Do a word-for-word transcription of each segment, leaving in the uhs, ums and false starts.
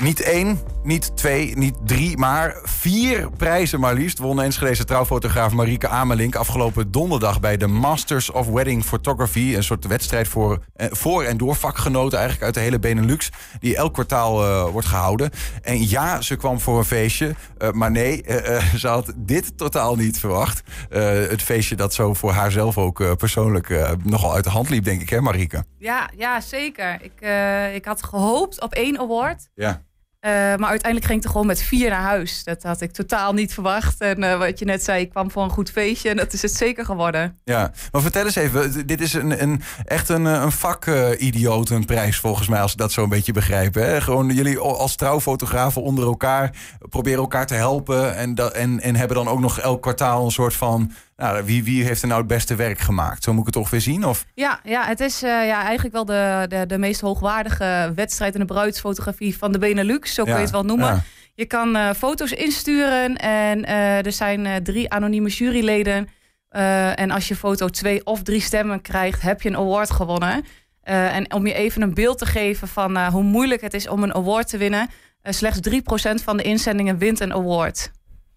Niet één, niet twee, niet drie, maar vier prijzen maar liefst won Enschedese trouwfotograaf Marieke Amelink afgelopen donderdag bij de Masters of Wedding Photography. Een soort wedstrijd voor, eh, voor en door vakgenoten eigenlijk uit de hele Benelux, die elk kwartaal uh, wordt gehouden. En ja, ze kwam voor een feestje, uh, maar nee, uh, uh, ze had dit totaal niet verwacht. Uh, het feestje dat zo voor haarzelf ook uh, persoonlijk uh, nogal uit de hand liep, denk ik, hè Marieke? Ja, ja zeker. Ik, uh, ik had gehoopt op één award. Ja. Uh, maar uiteindelijk ging ik er gewoon met vier naar huis. Dat had ik totaal niet verwacht. En uh, wat je net zei, ik kwam voor een goed feestje. En dat is het zeker geworden. Ja, maar vertel eens even. Dit is een, een, echt een, een vakidiotenprijs volgens mij, als ik dat zo een beetje begrijp. Hè? Gewoon jullie als trouwfotografen onder elkaar proberen elkaar te helpen. En, dat, en, en hebben dan ook nog elk kwartaal een soort van... Nou, wie, wie heeft er nou het beste werk gemaakt? Zo moet ik het toch weer zien? Of? Ja, ja, het is uh, ja, eigenlijk wel de, de, de meest hoogwaardige wedstrijd in de bruidsfotografie van de Benelux. Zo kun je Ja, het wel noemen. ja. Je kan uh, foto's insturen en uh, er zijn uh, drie anonieme juryleden. Uh, en als je foto twee of drie stemmen krijgt, heb je een award gewonnen. Uh, en om je even een beeld te geven van uh, hoe moeilijk het is om een award te winnen. Uh, slechts drie procent van de inzendingen wint een award.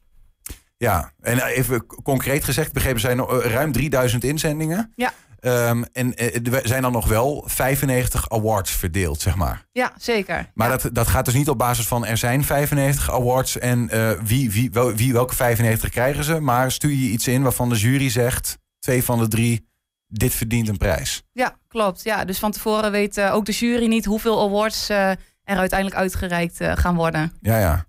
Ja, en even concreet gezegd, begrepen zijn er ruim drieduizend inzendingen. Ja. Um, en er zijn dan nog wel vijfennegentig awards verdeeld, zeg maar. Ja, zeker. Maar ja. dat, dat gaat dus niet op basis van er zijn vijfennegentig awards en uh, wie, wie, wel, wie welke vijfennegentig krijgen ze. Maar stuur je iets in waarvan de jury zegt, twee van de drie, dit verdient een prijs. Ja, klopt. Ja, dus van tevoren weet uh, ook de jury niet hoeveel awards uh, er uiteindelijk uitgereikt uh, gaan worden. Ja, ja.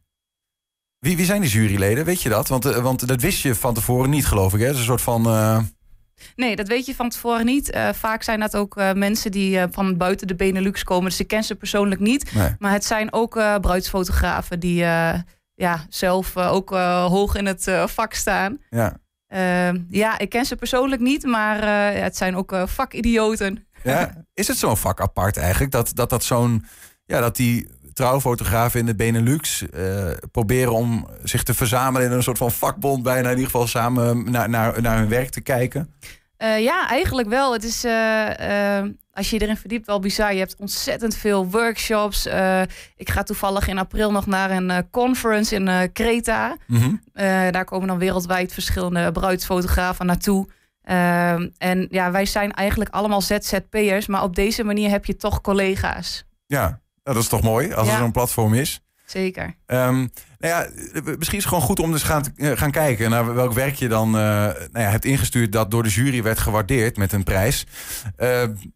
Wie, wie zijn die juryleden? Weet je dat? Want, uh, want dat wist je van tevoren niet, geloof ik. Hè? Dat is een soort van... Uh... Nee, dat weet je van tevoren niet. Uh, vaak zijn dat ook uh, mensen die uh, van buiten de Benelux komen. Dus ik ken ze persoonlijk niet. Nee. Maar het zijn ook uh, bruidsfotografen die uh, ja, zelf uh, ook uh, hoog in het uh, vak staan. Ja. Uh, ja, ik ken ze persoonlijk niet, maar uh, het zijn ook uh, vakidioten. Ja? Is het zo'n vak apart eigenlijk? Dat dat, dat zo'n... Ja, dat die trouwfotografen in de Benelux uh, proberen om zich te verzamelen in een soort van vakbond, bijna in ieder geval samen naar, naar, naar hun werk te kijken? Uh, ja, eigenlijk wel. Het is, uh, uh, als je erin verdiept, wel bizar. Je hebt ontzettend veel workshops. Uh, ik ga toevallig in april nog naar een uh, conference in uh, Kreta. Mm-hmm. Uh, daar komen dan wereldwijd verschillende bruidsfotografen naartoe. Uh, en ja, wij zijn eigenlijk allemaal Z Z P'ers, maar op deze manier heb je toch collega's. Ja. Nou, dat is toch mooi, als ja. er zo'n platform is. Zeker. Um, nou ja, misschien is het gewoon goed om dus gaan, uh, gaan kijken naar welk werk je dan uh, nou ja, hebt ingestuurd dat door de jury werd gewaardeerd met een prijs. Uh,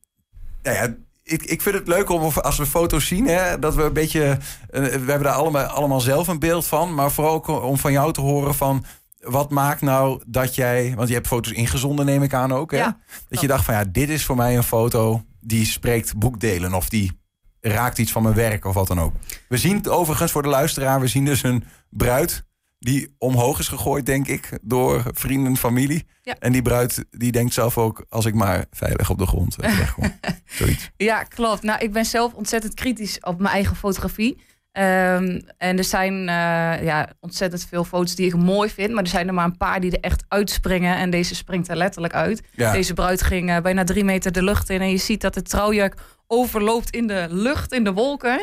nou ja, ik, ik vind het leuk om als we foto's zien, hè, dat we een beetje, uh, we hebben daar allemaal, allemaal zelf een beeld van, maar vooral ook om van jou te horen van, wat maakt nou dat jij, want je hebt foto's ingezonden, neem ik aan ook, hè? Ja, dat je dacht van ja, dit is voor mij een foto die spreekt boekdelen of die raakt iets van mijn werk of wat dan ook. We zien het overigens voor de luisteraar, we zien dus een bruid die omhoog is gegooid, denk ik, door vrienden en familie. Ja. En die bruid die denkt zelf ook, als ik maar veilig op de grond terechtkom. Zoiets. Ja, klopt. Nou, ik ben zelf ontzettend kritisch op mijn eigen fotografie. Um, en er zijn uh, ja, ontzettend veel foto's die ik mooi vind, maar er zijn er maar een paar die er echt uitspringen. En deze springt er letterlijk uit. Ja. Deze bruid ging uh, bijna drie meter de lucht in en je ziet dat de trouwjurk overloopt in de lucht, in de wolken.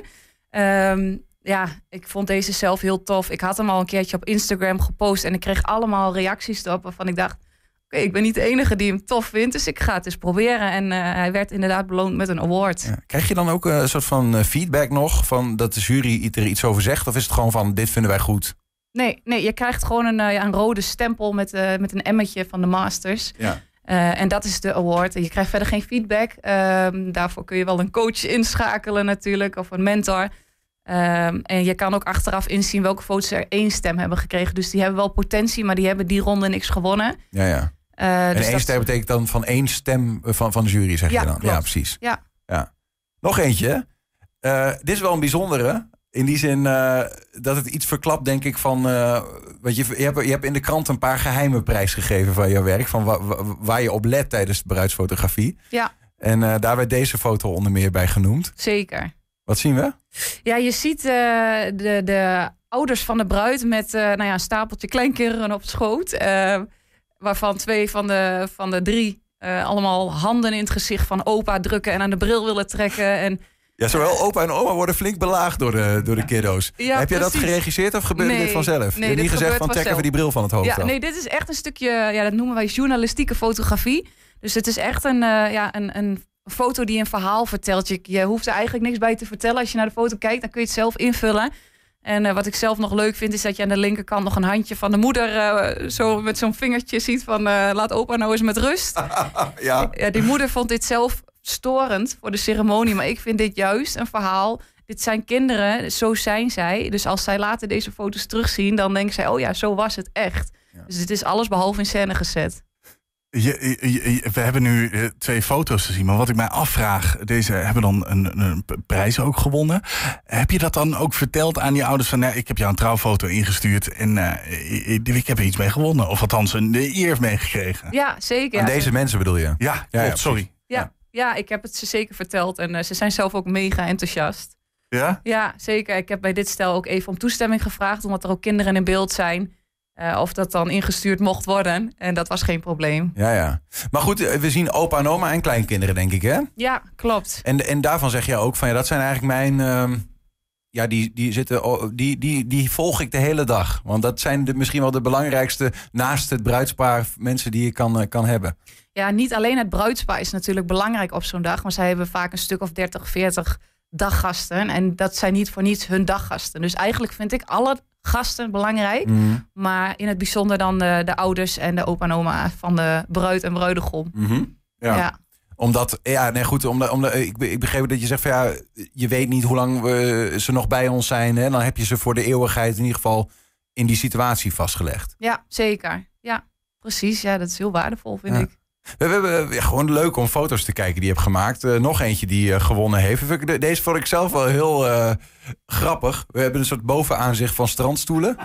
Um, ja, ik vond deze zelf heel tof. Ik had hem al een keertje op Instagram gepost en ik kreeg allemaal reacties erop waarvan ik dacht, oké, okay, ik ben niet de enige die hem tof vindt, dus ik ga het eens proberen. En uh, hij werd inderdaad beloond met een award. Ja. Krijg je dan ook een soort van feedback nog, van dat de jury er iets over zegt? Of is het gewoon van, dit vinden wij goed? Nee, nee, je krijgt gewoon een, ja, een rode stempel met, uh, met een emmetje van de Masters. Ja. Uh, en dat is de award. Je krijgt verder geen feedback. Um, daarvoor kun je wel een coach inschakelen natuurlijk, of een mentor. Um, en je kan ook achteraf inzien welke foto's er één stem hebben gekregen. Dus die hebben wel potentie, maar die hebben die ronde niks gewonnen. Ja, ja. Uh, en dus één dat... stem betekent dan van één stem van, van de jury, zeg ja, je dan? Klopt. Ja, precies. Ja. Ja. Nog eentje. Uh, dit is wel een bijzondere. In die zin uh, dat het iets verklapt, denk ik, van... Uh, want je, je, hebt, je hebt in de krant een paar geheime prijs gegeven van jouw werk. Van wa, wa, waar je op let tijdens de bruidsfotografie. Ja. En uh, daar werd deze foto onder meer bij genoemd. Zeker. Wat zien we? Ja, je ziet uh, de, de ouders van de bruid met uh, nou ja, een stapeltje kleinkinderen op schoot. Uh, waarvan twee van de, van de drie uh, allemaal handen in het gezicht van opa drukken en aan de bril willen trekken. En Ja, zowel opa en oma worden flink belaagd door de, door de kiddo's. Ja, Heb jij dat precies. geregisseerd of gebeurde Nee, dit vanzelf? nee, je hebt niet dit gezegd van gebeurt trek even vanzelf. die bril van het hoofd Ja, af. nee, dit is echt een stukje, ja, dat noemen wij journalistieke fotografie. Dus het is echt een, uh, ja, een, een foto die een verhaal vertelt. Je, je hoeft er eigenlijk niks bij te vertellen. Als je naar de foto kijkt, dan kun je het zelf invullen. En uh, wat ik zelf nog leuk vind, is dat je aan de linkerkant nog een handje van de moeder uh, zo met zo'n vingertje ziet van uh, laat opa nou eens met rust. Ja. Ja, die moeder vond dit zelf storend voor de ceremonie, maar ik vind dit juist een verhaal. Dit zijn kinderen, zo zijn zij. Dus als zij later deze foto's terugzien, dan denken zij, oh ja, zo was het echt. Ja. Dus dit is alles behalve in scène gezet. Je, je, je, we hebben nu uh, twee foto's gezien, maar wat ik mij afvraag, deze hebben dan een, een prijs ook gewonnen. Heb je dat dan ook verteld aan je ouders van, nou, ik heb jou een trouwfoto ingestuurd en uh, ik, ik heb er iets mee gewonnen? Of althans een eer meegekregen? Ja, zeker. Aan deze mensen bedoel je? Ja, ja, ja sorry. Ja, ja. ja, ik heb het ze zeker verteld en uh, ze zijn zelf ook mega enthousiast. Ja? Ja, zeker. Ik heb bij dit stel ook even om toestemming gevraagd, omdat er ook kinderen in beeld zijn. Uh, of dat dan ingestuurd mocht worden. En dat was geen probleem. Ja, ja. Maar goed, we zien opa en oma en kleinkinderen, denk ik, hè? Ja, klopt. En, en daarvan zeg je ook van, ja, dat zijn eigenlijk mijn... Uh, ja, die, die, zitten, die, die, die volg ik de hele dag. Want dat zijn de, misschien wel de belangrijkste, naast het bruidspaar, mensen die je kan, uh, kan hebben. Ja, niet alleen het bruidspaar is natuurlijk belangrijk op zo'n dag. Maar zij hebben vaak een stuk of dertig, veertig daggasten. En dat zijn niet voor niets hun daggasten. Dus eigenlijk vind ik alle gasten belangrijk. Mm-hmm. Maar in het bijzonder dan de, de ouders en de opa en oma van de bruid en bruidegom. Mm-hmm. Ja. ja. Omdat, ja, nee, goed, omdat, omdat, ik, ik begreep dat je zegt van ja, je weet niet hoe lang we, ze nog bij ons zijn. Hè? Dan heb je ze voor de eeuwigheid in ieder geval in die situatie vastgelegd. Ja, zeker. Ja, precies. Ja, dat is heel waardevol, vind ja. ik. We hebben ja, gewoon leuk om foto's te kijken die je hebt gemaakt. Uh, nog eentje die uh, gewonnen heeft. Deze vond ik zelf wel heel uh, grappig. We hebben een soort bovenaanzicht van strandstoelen.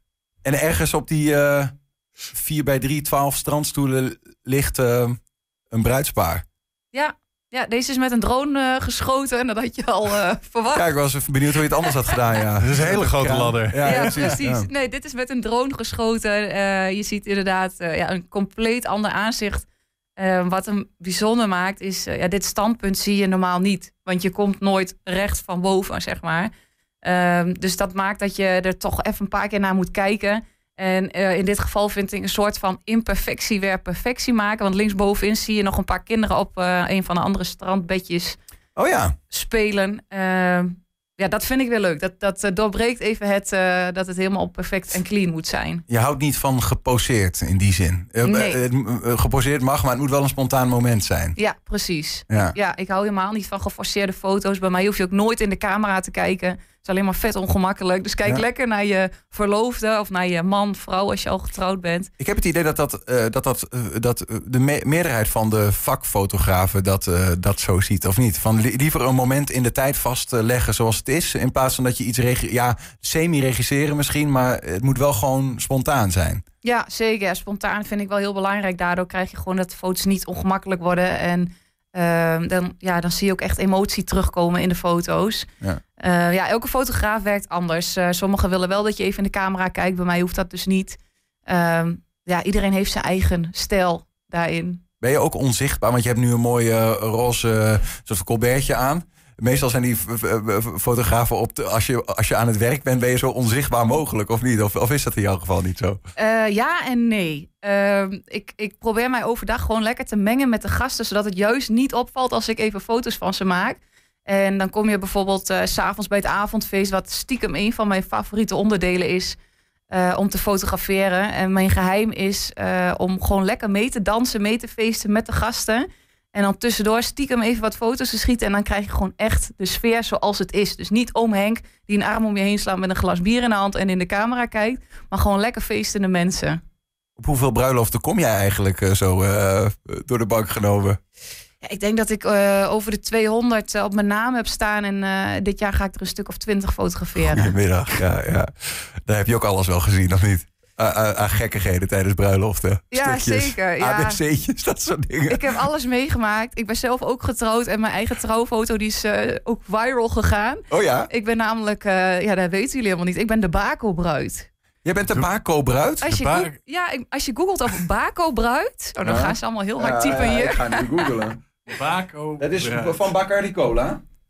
En ergens op die uh, vier bij drie, twaalf strandstoelen ligt uh, een bruidspaar. Ja. Ja, deze is met een drone uh, geschoten en dat had je al uh, verwacht. Ja, ik was even benieuwd hoe je het anders had gedaan. Ja. Dat is een hele grote ladder. Ja, ja, precies. Ja. Nee, dit is met een drone geschoten. Uh, je ziet inderdaad uh, ja, een compleet ander aanzicht. Uh, wat hem bijzonder maakt is, uh, ja, dit standpunt zie je normaal niet. Want je komt nooit recht van boven, zeg maar. Uh, dus dat maakt dat je er toch even een paar keer naar moet kijken. En uh, in dit geval vind ik een soort van imperfectie weer perfectie maken. Want linksbovenin zie je nog een paar kinderen op uh, een van de andere strandbedjes oh ja. spelen. Uh, ja, dat vind ik weer leuk. Dat, dat uh, doorbreekt even het uh, dat het helemaal perfect en clean moet zijn. Je houdt niet van geposeerd in die zin. Nee. Uh, uh, geposeerd mag, maar het moet wel een spontaan moment zijn. Ja, precies. Ja, ja ik hou helemaal niet van geforceerde foto's. Bij mij hoef je ook nooit in de camera te kijken. Het is alleen maar vet ongemakkelijk. Dus kijk ja. lekker naar je verloofde of naar je man, vrouw als je al getrouwd bent. Ik heb het idee dat, dat, uh, dat, dat, uh, dat de me- meerderheid van de vakfotografen dat, uh, dat zo ziet, of niet? Van li- liever een moment in de tijd vastleggen zoals het is, in plaats van dat je iets regi- ja, semi-regisseren misschien, maar het moet wel gewoon spontaan zijn. Ja, zeker. Ja, spontaan vind ik wel heel belangrijk. Daardoor krijg je gewoon dat de foto's niet ongemakkelijk worden. En uh, dan, ja, dan zie je ook echt emotie terugkomen in de foto's. Ja. Uh, ja, elke fotograaf werkt anders. Uh, sommigen willen wel dat je even in de camera kijkt. Bij mij hoeft dat dus niet. Uh, ja, iedereen heeft zijn eigen stijl daarin. Ben je ook onzichtbaar? Want je hebt nu een mooi uh, roze uh, soort colbertje aan. Meestal zijn die fotografen op de, als, je, als je aan het werk bent, ben je zo onzichtbaar mogelijk, of niet? Of, of is dat in jouw geval niet zo? Uh, ja en nee. Uh, ik, ik probeer mij overdag gewoon lekker te mengen met de gasten, zodat het juist niet opvalt als ik even foto's van ze maak. En dan kom je bijvoorbeeld uh, 's avonds bij het avondfeest, wat stiekem een van mijn favoriete onderdelen is, uh, om te fotograferen. En mijn geheim is uh, om gewoon lekker mee te dansen, mee te feesten met de gasten. En dan tussendoor stiekem even wat foto's te schieten. En dan krijg je gewoon echt de sfeer zoals het is. Dus niet oom Henk die een arm om je heen slaat met een glas bier in de hand en in de camera kijkt. Maar gewoon lekker feestende mensen. Op hoeveel bruiloften kom jij eigenlijk uh, zo uh, door de bank genomen? Ja, ik denk dat ik uh, over de tweehonderd uh, op mijn naam heb staan. En uh, dit jaar ga ik er een stuk of twintig fotograferen. Goedemiddag, ja, ja. Daar heb je ook alles wel gezien, of niet? Aan gekkigheden tijdens bruiloften. Ja, Stukjes, zeker. Ja. A B C'tjes, dat soort dingen. Ik heb alles meegemaakt. Ik ben zelf ook getrouwd. En mijn eigen trouwfoto die is uh, ook viral gegaan. Oh ja? Ik ben namelijk, uh, ja, dat weten jullie helemaal niet. Ik ben de Bako-bruid. Jij bent de Bako-bruid? Als je, ba- go- ja, als je googelt over Bako-bruid... Oh, dan ja. gaan ze allemaal heel hard ja, typen ja, hier. ik ga nu googelen. Bako. Dat is van Bacardi Cola.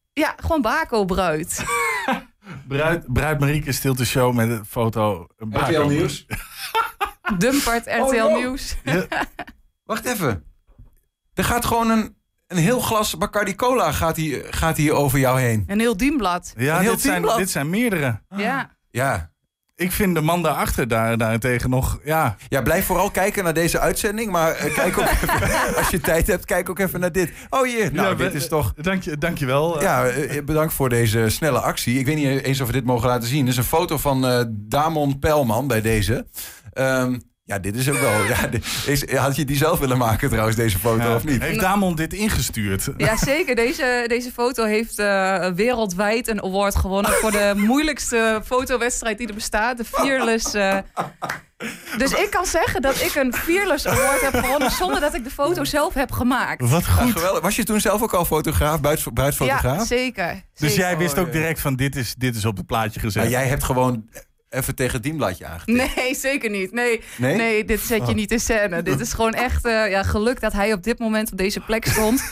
Ja, gewoon Bako-bruid. Bruid, Bruid Marieke Stilte Show met een foto. R T L Nieuws. Dumpert, R T L Oh, joh. Nieuws. Ja. Wacht even. Er gaat gewoon een, een heel glas Bacardi Cola gaat hier, gaat hier over jou heen. Een heel dienblad. Ja, Een heel dit zijn, teamblad. dit zijn meerdere. Ja. Ja. Ik vind de man daarachter daar, daarentegen nog... Ja, Ja, blijf vooral kijken naar deze uitzending. Maar uh, kijk ook even, als je tijd hebt, kijk ook even naar dit. Oh hier, nou ja, dit we- is toch... Dank je, dank je wel. Ja, uh, bedankt voor deze snelle actie. Ik weet niet eens of we dit mogen laten zien. Dit is een foto van uh, Damon Pelman bij deze. Um, ja, dit is ook wel... Ja, dit is, had je die zelf willen maken trouwens, deze foto, Ja. of niet? Heeft Damon dit ingestuurd? Ja, zeker. Deze, deze foto heeft uh, wereldwijd een award gewonnen voor de moeilijkste fotowedstrijd die er bestaat. De Fearless. Uh... Dus ik kan zeggen dat ik een Fearless Award heb gewonnen zonder dat ik de foto zelf heb gemaakt. Wat Ja, goed. geweldig. Was je toen zelf ook al fotograaf, buits- bruidsfotograaf? Ja, zeker. Dus zeker. jij wist Oh, ook ja. direct van dit is, dit is op het plaatje gezet. Maar jij hebt gewoon even tegen het dienbladje aangetikt. Nee, zeker niet. Nee, Nee? nee? dit zet je Oh. niet in scène. Dit is gewoon echt uh, ja, geluk dat hij op dit moment op deze plek stond.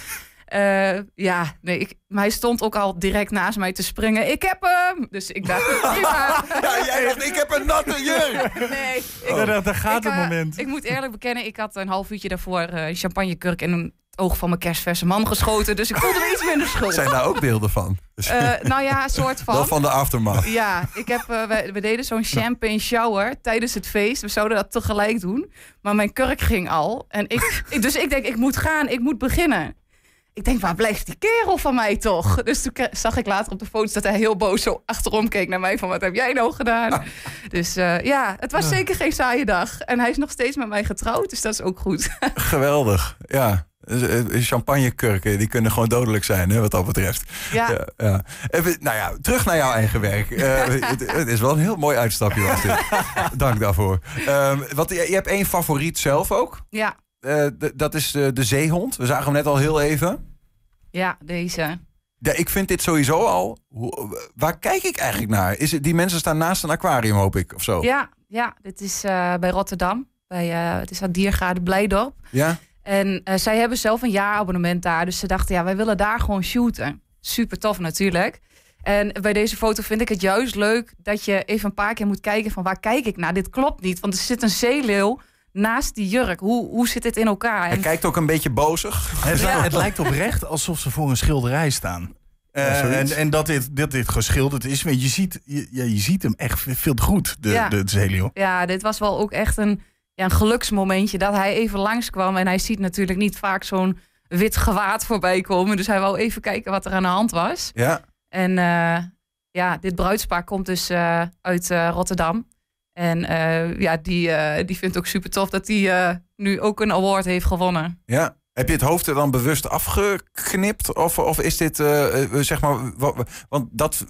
Uh, ja, nee, ik, maar hij stond ook al direct naast mij te springen. Ik heb hem! Dus ik dacht, prima. Ja, jij dacht, ik heb een natte jurk. Nee, ik, Ja, daar, daar gaat ik, het uh, moment. Ik moet eerlijk bekennen, ik had een half uurtje daarvoor uh, een champagnekurk in een oog van mijn kerstverse man geschoten. Dus ik voelde me iets minder schuldig. Zijn daar ook beelden van? Dus Uh, nou ja, een soort van. wel van de aftermath. Ja, ik heb, uh, we, we deden zo'n champagne shower tijdens het feest. We zouden dat tegelijk doen. Maar mijn kurk ging al. En ik, ik, dus ik denk, ik moet gaan, ik moet beginnen. Ik denk, waar blijft die kerel van mij toch? Dus toen ke- zag ik later op de foto's dat hij heel boos zo achterom keek naar mij. Van, wat heb jij nou gedaan? Dus uh, ja, het was zeker geen saaie dag. En hij is nog steeds met mij getrouwd, dus dat is ook goed. Geweldig, ja. Champagnekurken, die kunnen gewoon dodelijk zijn, hè, wat dat betreft. Ja. Ja, ja. Even, nou ja, terug naar jouw eigen werk. Uh, het, het is wel een heel mooi uitstapje, was dit. Dank daarvoor. Um, wat, je, je hebt één favoriet zelf ook. Ja, Uh, d- dat is de, de zeehond. We zagen hem net al heel even. ja, deze. Ja, ik vind dit sowieso al... Hoe, waar kijk ik eigenlijk naar? Is het, die mensen staan naast een aquarium, hoop ik, of zo? Ja, ja, dit is uh, bij Rotterdam. Bij, uh, het is aan Diergaarde Blijdorp. Ja? En uh, zij hebben zelf een jaarabonnement daar. Dus ze dachten, ja, wij willen daar gewoon shooten. Super tof natuurlijk. En bij deze foto vind ik het juist leuk dat je even een paar keer moet kijken van waar kijk ik naar? Dit klopt niet, want er zit een zeeleeuw naast die jurk. Hoe, hoe zit dit in elkaar? Hij En, kijkt ook een beetje bozig. Het, Ja. het lijkt oprecht alsof ze voor een schilderij staan. Ja, Uh, zoiets. en, en dat dit, dat dit geschilderd is. Want je ziet, je, ja, je ziet hem echt veel te goed, de, Ja. de, de zeeleeuw. ja, dit was wel ook echt een, ja, een geluksmomentje dat hij even langskwam. En hij ziet natuurlijk niet vaak zo'n wit gewaad voorbij komen. Dus hij wou even kijken wat er aan de hand was. Ja. En uh, ja, dit bruidspaar komt dus uh, uit uh, Rotterdam. En uh, ja, die, uh, die vindt ook super tof dat hij uh, nu ook een award heeft gewonnen. Ja. Heb je het hoofd er dan bewust afgeknipt? Of, of is dit, uh, uh, zeg maar... wa- wa- want dat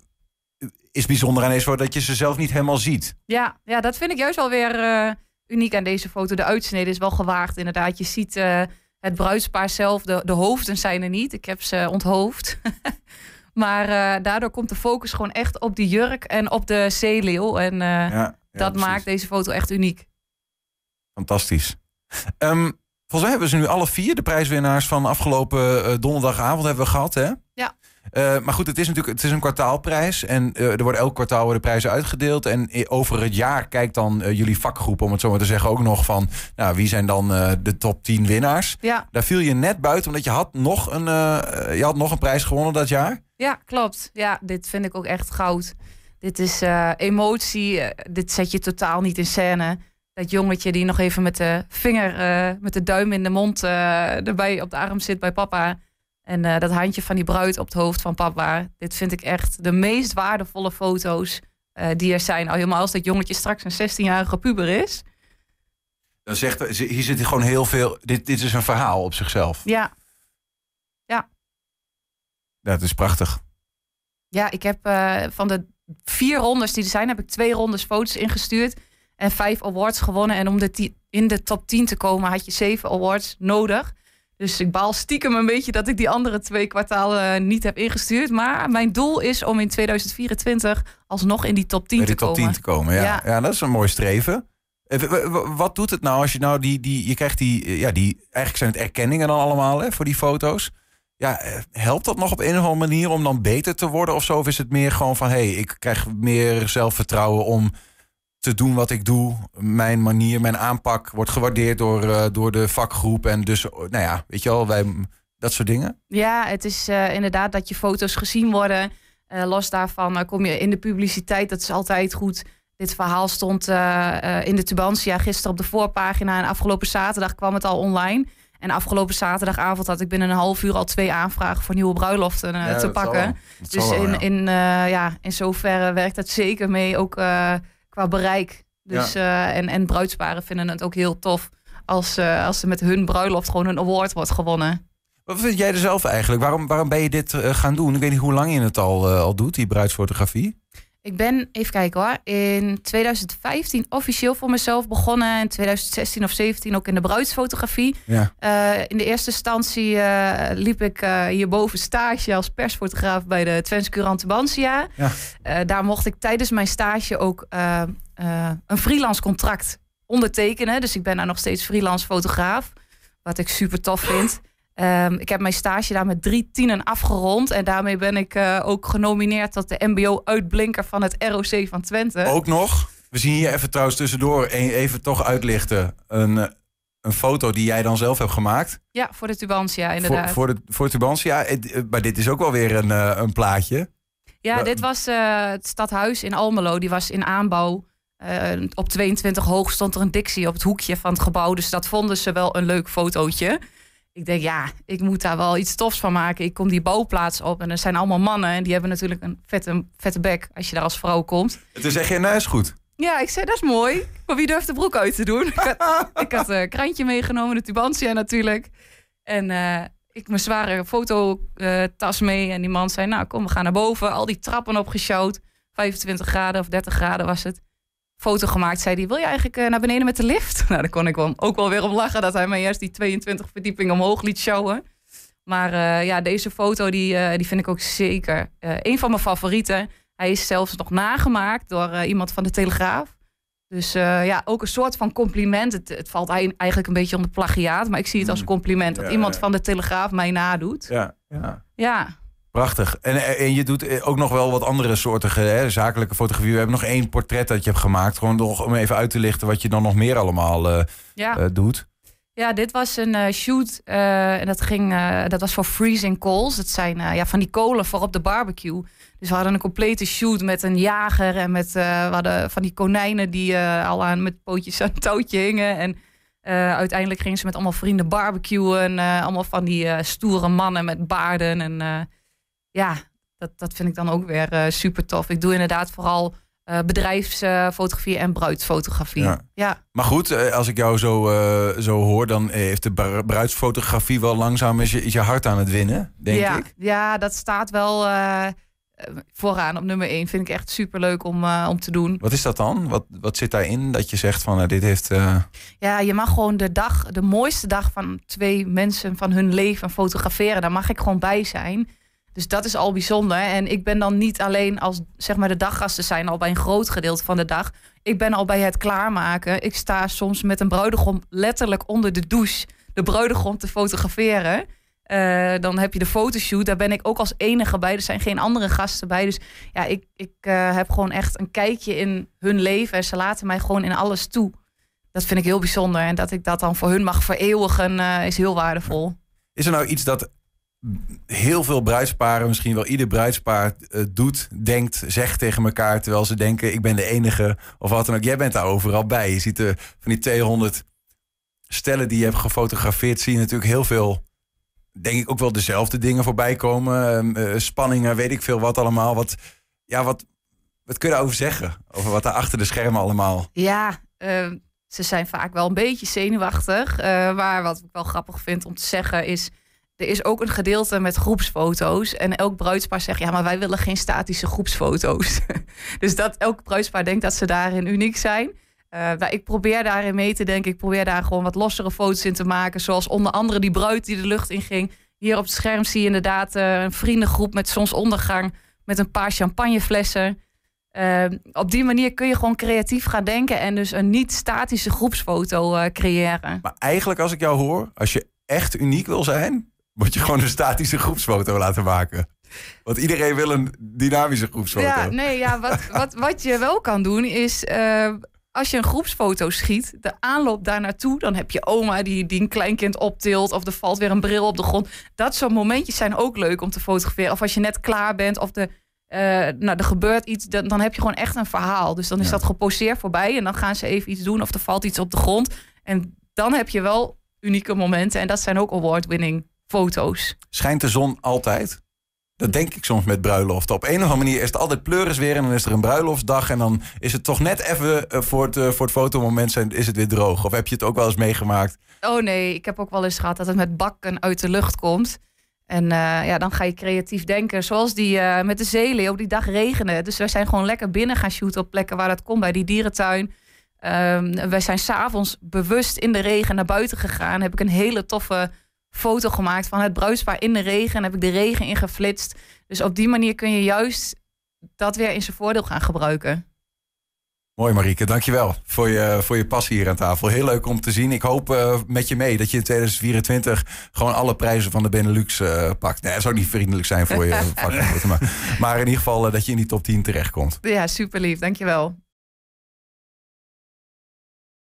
is bijzonder aan deze dat je ze zelf niet helemaal ziet. Ja, ja, dat vind ik juist wel weer uh, uniek aan deze foto. De uitsnede is wel gewaagd inderdaad. Je ziet uh, het bruidspaar zelf, de, de hoofden zijn er niet. Ik heb ze onthoofd. Maar uh, daardoor komt de focus gewoon echt op die jurk en op de zeeleeuw. En uh, Ja, ja, dat precies. maakt deze foto echt uniek. Fantastisch. Um, volgens mij hebben ze nu alle vier de prijswinnaars van afgelopen uh, donderdagavond hebben we gehad, hè? Ja. Uh, maar goed, het is natuurlijk het is een kwartaalprijs. En uh, er worden elk kwartaal worden prijzen uitgedeeld. En i- over het jaar kijkt dan uh, jullie vakgroep, om het zo maar te zeggen, ook nog van... Nou, wie zijn dan uh, de top tien winnaars? Ja, Daar viel je net buiten, omdat je had nog een, uh, je had nog een prijs gewonnen dat jaar. ja, klopt. Ja, dit vind ik ook echt goud. Dit is uh, emotie. Uh, dit zet je totaal niet in scène. Dat jongetje die nog even met de vinger, uh, met de duim in de mond uh, erbij op de arm zit bij papa. En uh, dat handje van die bruid op het hoofd van papa. Dit vind ik echt de meest waardevolle foto's uh, die er zijn. Al helemaal als dat jongetje straks een zestienjarige puber is. Dan zegt, hier zit gewoon heel veel... Dit, dit is een verhaal op zichzelf. Ja, Dat is prachtig. ja ik heb uh, van de vier rondes die er zijn, heb ik twee rondes foto's ingestuurd. En vijf awards gewonnen. En om de ti- in de top tien te komen had je zeven awards nodig. Dus ik baal stiekem een beetje dat ik die andere twee kwartalen niet heb ingestuurd. Maar mijn doel is om in tweeduizend vierentwintig alsnog in die top tien Bij te de top komen. tien te komen, ja. ja. Ja. dat is een mooi streven. Eh, w- w- Wat doet het nou als je nou die... die je krijgt die... Ja, die eigenlijk zijn het erkenningen dan allemaal, hè, voor die foto's. Ja, helpt dat nog op een of andere manier om dan beter te worden of zo? Of is het meer gewoon van, hé, hey, ik krijg meer zelfvertrouwen om te doen wat ik doe. Mijn manier, mijn aanpak wordt gewaardeerd door, uh, door de vakgroep. En dus, nou ja, weet je wel, wij, dat soort dingen. Ja, het is uh, inderdaad dat je foto's gezien worden. Uh, los daarvan uh, kom je in de publiciteit, dat is altijd goed. Dit verhaal stond uh, uh, in de Tubantia gisteren op de voorpagina. En afgelopen zaterdag kwam het al online. En afgelopen zaterdagavond had ik binnen een half uur al twee aanvragen voor nieuwe bruiloften uh, ja, te pakken. Dus wel, in, ja. in, uh, ja, in zoverre werkt het zeker mee, ook uh, qua bereik. Dus, ja. uh, en, en bruidsparen vinden het ook heel tof als, uh, als er met hun bruiloft gewoon een award wordt gewonnen. Wat vind jij er zelf eigenlijk? Waarom, waarom ben je dit uh, gaan doen? Ik weet niet hoe lang je het al, uh, al doet, die bruidsfotografie. Ik ben, even kijken hoor, in twintig vijftien officieel voor mezelf begonnen. In twintig zestien of zeventien ook in de bruidsfotografie. Ja. Uh, in de eerste instantie uh, liep ik uh, hierboven stage als persfotograaf bij de Twentse Courant Tubantia. Ja. Uh, daar mocht ik tijdens mijn stage ook uh, uh, een freelance contract ondertekenen. Dus ik ben daar nog steeds freelance fotograaf. Wat ik super tof vind. Um, ik heb mijn stage daar met drie tienen afgerond. En daarmee ben ik uh, ook genomineerd tot de M B O-uitblinker van het R O C van Twente. Ook nog? We zien hier even trouwens tussendoor even toch uitlichten. Een, een foto die jij dan zelf hebt gemaakt. Ja, voor de Tubantia inderdaad. Voor, voor, de, voor de Tubantia. Maar dit is ook wel weer een, een plaatje. Ja, maar, dit was uh, het stadhuis in Almelo. Die was in aanbouw. Uh, op tweeëntwintig hoog stond er een Dixie op het hoekje van het gebouw. Dus dat vonden ze wel een leuk fotootje. Ik denk, ja, ik moet daar wel iets tofs van maken. Ik kom die bouwplaats op en er zijn allemaal mannen. En die hebben natuurlijk een vette, vette bek als je daar als vrouw komt. En toen zeg je, nou is goed. Ja, ik zei, dat is mooi. Maar wie durft de broek uit te doen? ik had, ik had een krantje meegenomen, de Tubantia natuurlijk. En uh, ik mijn zware fototas mee. En die man zei, nou kom, we gaan naar boven. Al die trappen opgesjouwd. vijfentwintig graden of dertig graden was het. Foto gemaakt, zei hij, wil je eigenlijk uh, naar beneden met de lift? Nou, daar kon ik wel, ook wel weer om lachen dat hij mij eerst die tweeëntwintig verdiepingen omhoog liet sjouwen. Maar uh, ja, deze foto die, uh, die vind ik ook zeker uh, een van mijn favorieten. Hij is zelfs nog nagemaakt door uh, iemand van de Telegraaf. Dus uh, ja, ook een soort van compliment. Het, het valt eigenlijk een beetje onder plagiaat, maar ik zie het als compliment dat ja, iemand ja. van de Telegraaf mij nadoet. Ja, ja. ja. Prachtig. En, en je doet ook nog wel wat andere soorten hè, zakelijke fotografie. We hebben nog één portret dat je hebt gemaakt. Gewoon nog om even uit te lichten wat je dan nog meer allemaal uh, ja. uh, doet. Ja, dit was een uh, shoot. Uh, en dat, ging, uh, dat was voor freezing coals. Dat zijn uh, ja, van die kolen voor op de barbecue. Dus we hadden een complete shoot met een jager. En met, uh, we hadden van die konijnen die uh, al aan met pootjes aan het touwtje hingen. En uh, uiteindelijk gingen ze met allemaal vrienden barbecuen. Uh, allemaal van die uh, stoere mannen met baarden. En uh, ja, dat, dat vind ik dan ook weer uh, super tof. Ik doe inderdaad vooral uh, bedrijfsfotografie uh, en bruidsfotografie. Ja. Ja. Maar goed, uh, als ik jou zo, uh, zo hoor, dan heeft de bruidsfotografie wel langzaam is je, is je hart aan het winnen, denk ja. ik. Ja, dat staat wel uh, vooraan op nummer één. Vind ik echt super leuk om, uh, om te doen. Wat is dat dan? Wat, wat zit daarin dat je zegt van uh, dit heeft... Uh... Ja, je mag gewoon de dag, de mooiste dag van twee mensen van hun leven fotograferen. Daar mag ik gewoon bij zijn. Dus dat is al bijzonder. En ik ben dan niet alleen als zeg maar de daggasten zijn al bij een groot gedeelte van de dag. Ik ben al bij het klaarmaken. Ik sta soms met een bruidegom letterlijk onder de douche de bruidegom te fotograferen. Uh, dan heb je de fotoshoot. Daar ben ik ook als enige bij. Er zijn geen andere gasten bij. Dus ja, ik, ik uh, heb gewoon echt een kijkje in hun leven. En ze laten mij gewoon in alles toe. Dat vind ik heel bijzonder. En dat ik dat dan voor hun mag vereeuwigen uh, is heel waardevol. Is er nou iets dat heel veel bruidsparen, misschien wel ieder bruidspaar uh, doet, denkt, zegt tegen elkaar, terwijl ze denken, ik ben de enige, of wat dan ook. Jij bent daar overal bij. Je ziet uh, van die tweehonderd stellen die je hebt gefotografeerd, zie je natuurlijk heel veel, denk ik ook wel dezelfde dingen voorbij komen. Uh, uh, spanningen, weet ik veel wat allemaal. Wat, ja, wat, wat kun je daarover zeggen? Over wat daar achter de schermen allemaal... Ja, uh, ze zijn vaak wel een beetje zenuwachtig. Uh, maar wat ik wel grappig vind om te zeggen is, er is ook een gedeelte met groepsfoto's. En elk bruidspaar zegt, ja, maar wij willen geen statische groepsfoto's. Dus dat elk bruidspaar denkt dat ze daarin uniek zijn. Uh, ik probeer daarin mee te denken. Ik probeer daar gewoon wat lossere foto's in te maken. Zoals onder andere die bruid die de lucht in ging. Hier op het scherm zie je inderdaad uh, een vriendengroep met zonsondergang. Met een paar champagneflessen. Uh, op die manier kun je gewoon creatief gaan denken. En dus een niet statische groepsfoto uh, creëren. Maar eigenlijk als ik jou hoor, als je echt uniek wil zijn, Moet je gewoon een statische groepsfoto laten maken. Want iedereen wil een dynamische groepsfoto. Ja, nee, ja, wat, wat, wat je wel kan doen is... Uh, als je een groepsfoto schiet, de aanloop daar naartoe... dan heb je oma die, die een kleinkind optilt... of er valt weer een bril op de grond. Dat soort momentjes zijn ook leuk om te fotograferen. Of als je net klaar bent of de, uh, nou, er gebeurt iets... Dan, dan heb je gewoon echt een verhaal. Dus dan is ja. dat geposeerd voorbij... en dan gaan ze even iets doen of er valt iets op de grond. En dan heb je wel unieke momenten. En dat zijn ook award-winning foto's. Schijnt de zon altijd? Dat denk ik soms met bruiloften. Op een of andere manier is het altijd pleuris weer... en dan is er een bruiloftsdag... en dan is het toch net even voor het, voor het fotomoment zijn, is het weer droog. Of heb je het ook wel eens meegemaakt? Oh nee, ik heb ook wel eens gehad dat het met bakken uit de lucht komt. En uh, ja, dan ga je creatief denken. Zoals die uh, met de zeeleeuw, die dag regende. Dus wij zijn gewoon lekker binnen gaan shooten op plekken waar dat kon. Bij die dierentuin. Um, wij zijn 's avonds bewust in de regen naar buiten gegaan. Heb ik een hele toffe... foto gemaakt van het bruidspaar in de regen. En heb ik de regen ingeflitst. Dus op die manier kun je juist dat weer in zijn voordeel gaan gebruiken. Mooi Marieke, dankjewel voor je, voor je passie hier aan tafel. Heel leuk om te zien. Ik hoop uh, met je mee dat je in tweeduizend vierentwintig... gewoon alle prijzen van de Benelux uh, pakt. Nee, dat zou niet vriendelijk zijn voor je. maar, maar in ieder geval uh, dat je in die top tien terechtkomt. Ja, super lief. Dankjewel.